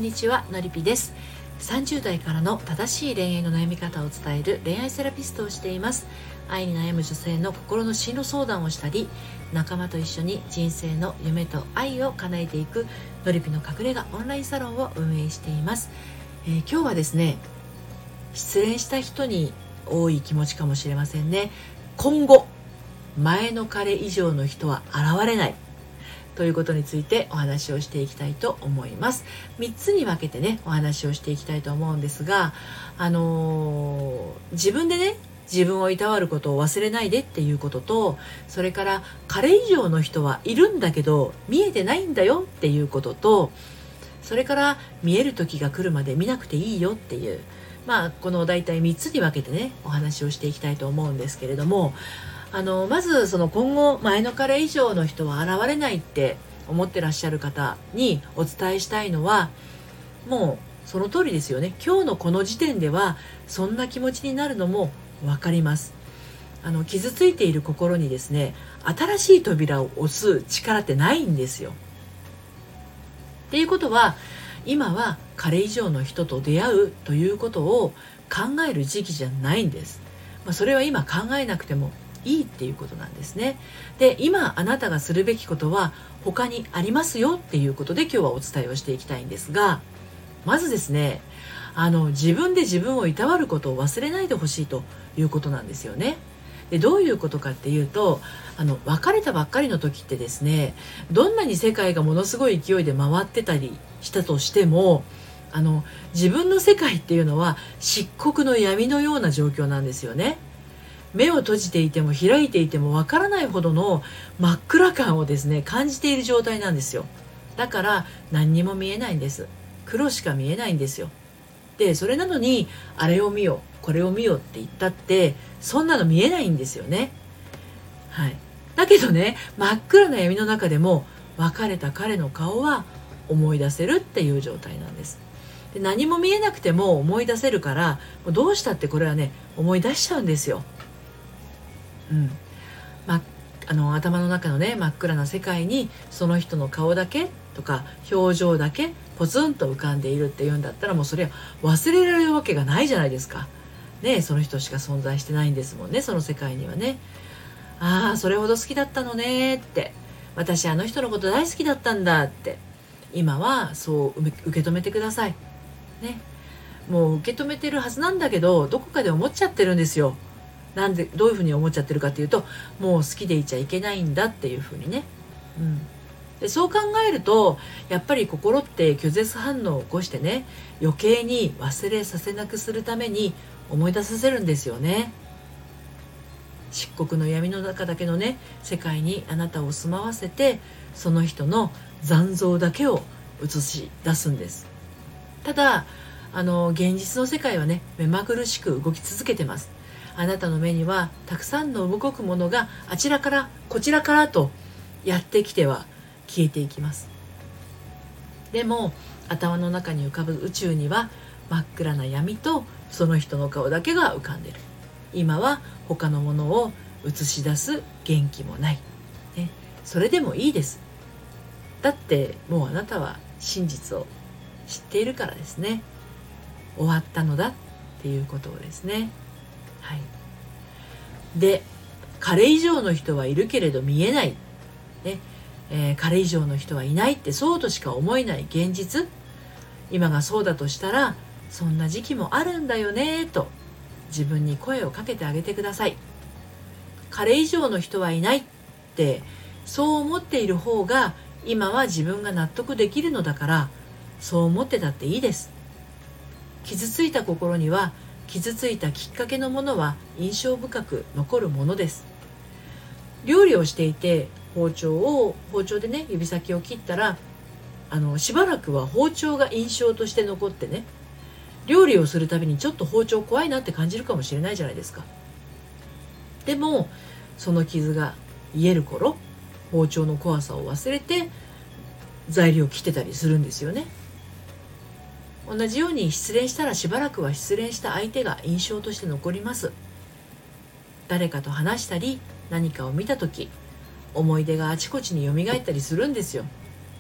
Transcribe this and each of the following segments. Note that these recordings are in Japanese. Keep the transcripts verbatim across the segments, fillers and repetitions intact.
にちは、のりぴです。さんじゅう代からの正しい恋愛の悩み方を伝える恋愛セラピストをしています。愛に悩む女性の心の進路相談をしたり、仲間と一緒に人生の夢と愛を叶えていくのりぴの隠れ家オンラインサロンを運営しています。えー、今日はですね、失恋した人に多い気持ちかもしれませんね。今後前の彼以上の人は現れないということについてお話をしていきたいと思います。みっつに分けてね、お話をしていきたいと思うんですが、あのー、自分でね、自分をいたわることを忘れないでっていうことと、それから彼以上の人はいるんだけど見えてないんだよっていうことと、それから見える時が来るまで見なくていいよっていう、まあこの大体みっつに分けてね、お話をしていきたいと思うんですけれども、あのまずその今後前の彼以上の人は現れないって思ってらっしゃる方にお伝えしたいのは、もうその通りですよね。今日のこの時点ではそんな気持ちになるのも分かります。あの傷ついている心にですね、新しい扉を押す力ってないんですよ。っていうことは、今は彼以上の人と出会うということを考える時期じゃないんです。まあ、それは今考えなくてもいいっていうことなんですね。で、今あなたがするべきことは他にありますよっていうことで今日はお伝えをしていきたいんですが、まずですね、あの自分で自分をいたわることを忘れないでほしいということなんですよね。で、どういうことかっていうと、あの別れたばっかりの時ってですね、どんなに世界がものすごい勢いで回ってたりしたとしても、あの自分の世界っていうのは漆黒の闇のような状況なんですよね。目を閉じていても開いていてもわからないほどの真っ暗感をですね、感じている状態なんですよ。だから何にも見えないんです。黒しか見えないんですよ。で、それなのにあれを見よこれを見よって言ったってそんなの見えないんですよね。はい。だけどね、真っ暗な闇の中でも別れた彼の顔は思い出せるっていう状態なんです。で、何も見えなくても思い出せるから、もうどうしたってこれはね、思い出しちゃうんですよ。うん、ま、あの頭の中のね、真っ暗な世界にその人の顔だけとか表情だけポツンと浮かんでいるっていうんだったら、もうそれは忘れられるわけがないじゃないですか。ね、その人しか存在してないんですもんね、その世界にはね。ああ、それほど好きだったのねって、私あの人のこと大好きだったんだって、今はそう受け止めてください。ね、もう受け止めてるはずなんだけど、どこかで思っちゃってるんですよ。なんでどういうふうに思っちゃってるかっていうと、もう好きでいちゃいけないんだっていうふうにね、うん、でそう考えると、やっぱり心って拒絶反応を起こしてね、余計に忘れさせなくするために思い出させるんですよね。漆黒の闇の中だけのね、世界にあなたを住まわせて、その人の残像だけを映し出すんです。ただあの現実の世界はね、目まぐるしく動き続けてます。あなたの目にはたくさんの動くものがあちらからこちらからとやってきては消えていきます。でも頭の中に浮かぶ宇宙には真っ暗な闇とその人の顔だけが浮かんでる。今は他のものを映し出す元気もない、ね、それでもいいです。だってもうあなたは真実を知っているからですね。終わったのだっていうことをですね。はい。で、彼以上の人はいるけれど見えない、ねえー、彼以上の人はいないってそうとしか思えない現実、今がそうだとしたら、そんな時期もあるんだよねと自分に声をかけてあげてください。彼以上の人はいないってそう思っている方が今は自分が納得できるのだから、そう思ってたっていいです。傷ついた心には傷ついたきっかけのものは印象深く残るものです。料理をしていて包丁を包丁でね、指先を切ったら、あのしばらくは包丁が印象として残ってね、料理をするたびにちょっと包丁怖いなって感じるかもしれないじゃないですか。でもその傷が癒える頃、包丁の怖さを忘れて材料を切ってたりするんですよね。同じように失恋したらしばらくは失恋した相手が印象として残ります。誰かと話したり何かを見た時、思い出があちこちに蘇ったりするんですよ。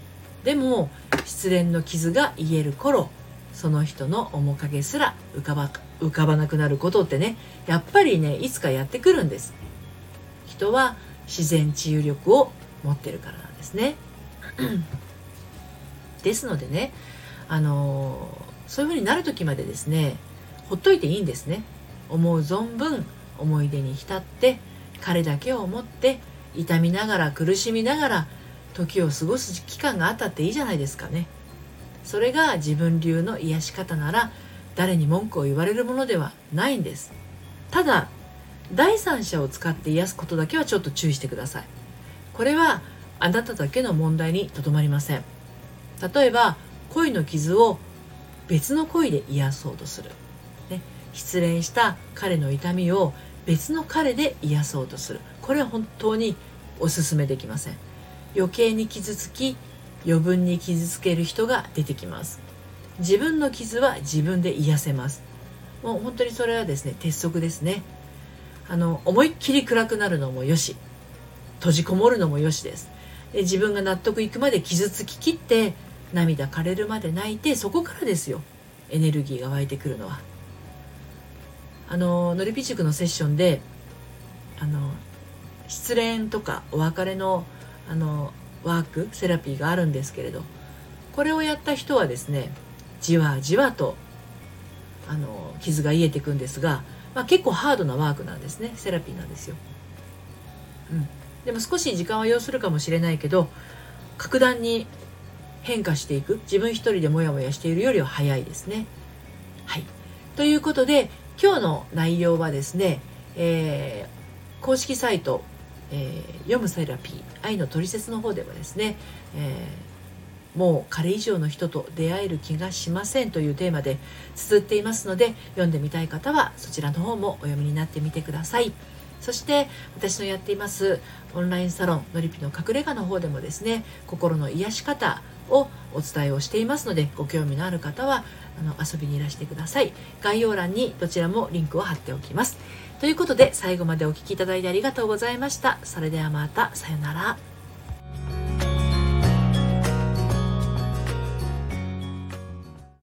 でも失恋の傷が癒える頃、その人の面影すら浮かば浮かばなくなることってね、やっぱりねいつかやってくるんです。人は自然治癒力を持ってるからなんですねですのでね、あのー、そういう風になる時までですね、ほっといていいんですね。思う存分思い出に浸って、彼だけを思って痛みながら苦しみながら時を過ごす期間があったっていいじゃないですかね。それが自分流の癒し方なら、誰に文句を言われるものではないんです。ただ第三者を使って癒すことだけはちょっと注意してください。これはあなただけの問題にとどまりません。例えば恋の傷を別の恋で癒そうとする、ね、失恋した彼の痛みを別の彼で癒そうとする、これは本当にお勧めできません。余計に傷つき、余分に傷つける人が出てきます。自分の傷は自分で癒せます。もう本当にそれはですね、鉄則ですね。あの思いっきり暗くなるのもよし、閉じこもるのもよしです。で自分が納得いくまで傷つききって、涙枯れるまで泣いて、そこからですよ、エネルギーが湧いてくるのは。あののりぴ塾のセッションで、あの失恋とかお別れのあのワークセラピーがあるんですけれど、これをやった人はですね、じわじわとあの傷が癒えていくんですが、まあ、結構ハードなワークなんですね。セラピーなんですよ、うん、でも少し時間は要するかもしれないけど、格段に変化していく、自分一人でモヤモヤしているよりは早いですね。はい、ということで今日の内容はですね、えー、公式サイト、えー、読むセラピー愛のトリセツの方ではですね、えーもう彼以上の人と出会える気がしませんというテーマで綴っていますので、読んでみたい方はそちらの方もお読みになってみてください。そして私のやっていますオンラインサロンのりぴの隠れ家の方でもですね、心の癒し方をお伝えをしていますので、ご興味のある方はあの遊びにいらしてください。概要欄にどちらもリンクを貼っておきます。ということで最後までお聞きいただいてありがとうございました。それではまた、さよなら。